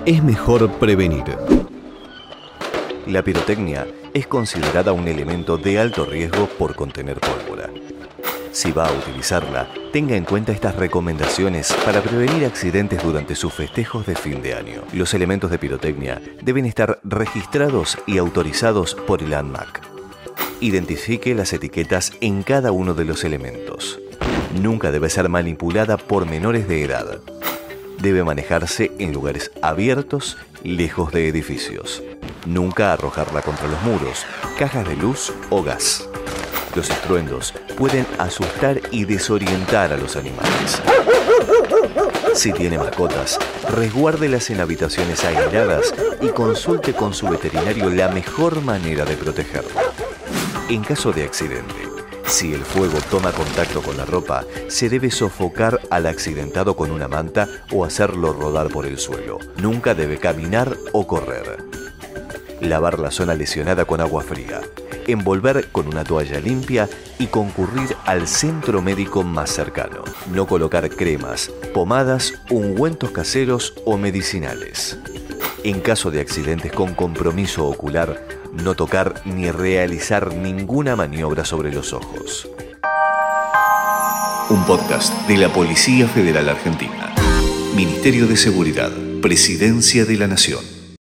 Es mejor prevenir. La pirotecnia es considerada un elemento de alto riesgo por contener pólvora. Si va a utilizarla, tenga en cuenta estas recomendaciones para prevenir accidentes durante sus festejos de fin de año. Los elementos de pirotecnia deben estar registrados y autorizados por el ANMAC. Identifique las etiquetas en cada uno de los elementos. Nunca debe ser manipulada por menores de edad. Debe manejarse en lugares abiertos, lejos de edificios. Nunca arrojarla contra los muros, cajas de luz o gas. Los estruendos pueden asustar y desorientar a los animales. Si tiene mascotas, resguárdelas en habitaciones aisladas y consulte con su veterinario la mejor manera de protegerla. En caso de accidente, si el fuego toma contacto con la ropa, se debe sofocar al accidentado con una manta o hacerlo rodar por el suelo. Nunca debe caminar o correr. Lavar la zona lesionada con agua fría. Envolver con una toalla limpia y concurrir al centro médico más cercano. No colocar cremas, pomadas, ungüentos caseros o medicinales. En caso de accidentes con compromiso ocular, no tocar ni realizar ninguna maniobra sobre los ojos. Un podcast de la Policía Federal Argentina. Ministerio de Seguridad, Presidencia de la Nación.